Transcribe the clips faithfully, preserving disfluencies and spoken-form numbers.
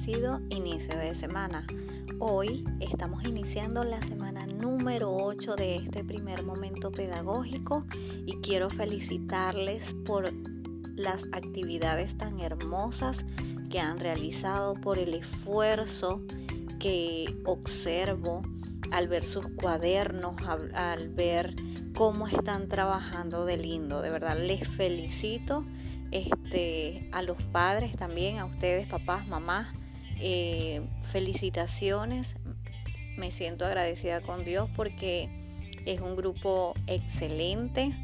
bendecido inicio de semana. Hoy estamos iniciando la semana número ocho de este primer momento pedagógico y quiero felicitarles por las actividades tan hermosas que han realizado, por el esfuerzo que observo al ver sus cuadernos, al, al ver cómo están trabajando de lindo. De verdad les felicito. Este, a los padres también, a ustedes, papás, mamás, eh, felicitaciones. Me siento agradecida con Dios porque es un grupo excelente.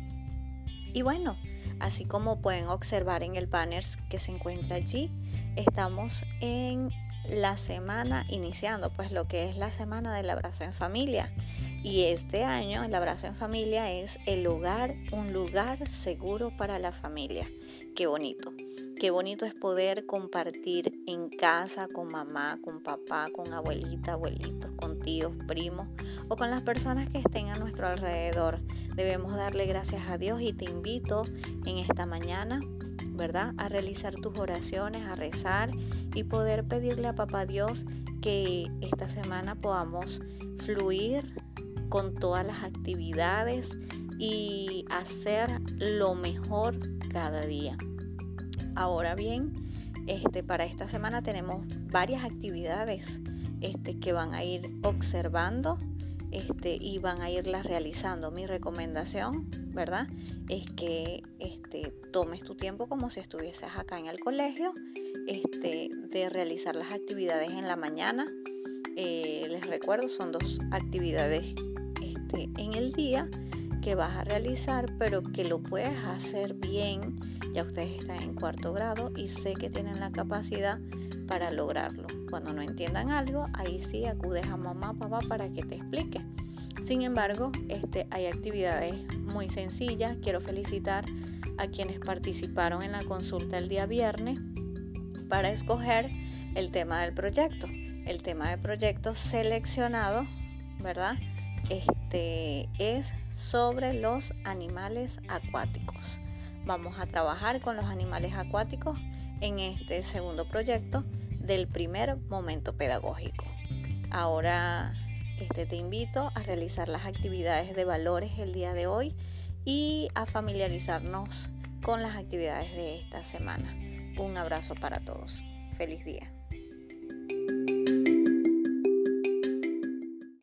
Y bueno, así como pueden observar en el banner que se encuentra allí, estamos en la semana iniciando, pues lo que es la semana del abrazo en familia. Y este año el abrazo en familia es el hogar, un lugar seguro para la familia. Qué bonito, qué bonito es poder compartir en casa con mamá, con papá, con abuelita, abuelitos, con tíos, primos o con las personas que estén a nuestro alrededor. Debemos darle gracias a Dios y te invito en esta mañana, ¿verdad?, a realizar tus oraciones, a rezar y poder pedirle a Papá Dios que esta semana podamos fluir con todas las actividades y hacer lo mejor cada día. Ahora bien, este, para esta semana tenemos varias actividades este, que van a ir observando este, y van a irlas realizando. Mi recomendación, ¿verdad?, es que este, tomes tu tiempo como si estuvieses acá en el colegio, este, de realizar las actividades en la mañana. Eh, les recuerdo, son dos actividades este, en el día que vas a realizar, pero que lo puedes hacer bien. Ya ustedes están en cuarto grado y sé que tienen la capacidad para lograrlo. Cuando no entiendan algo, ahí sí acudes a mamá, papá para que te explique. Sin embargo, este, hay actividades muy sencillas. Quiero felicitar a quienes participaron en la consulta el día viernes para escoger el tema del proyecto. El tema del proyecto seleccionado, ¿verdad?, este, es sobre los animales acuáticos. Vamos a trabajar con los animales acuáticos en este segundo proyecto del primer momento pedagógico. Ahora este, te invito a realizar las actividades de valores el día de hoy y a familiarizarnos con las actividades de esta semana. Un abrazo para todos. Feliz día.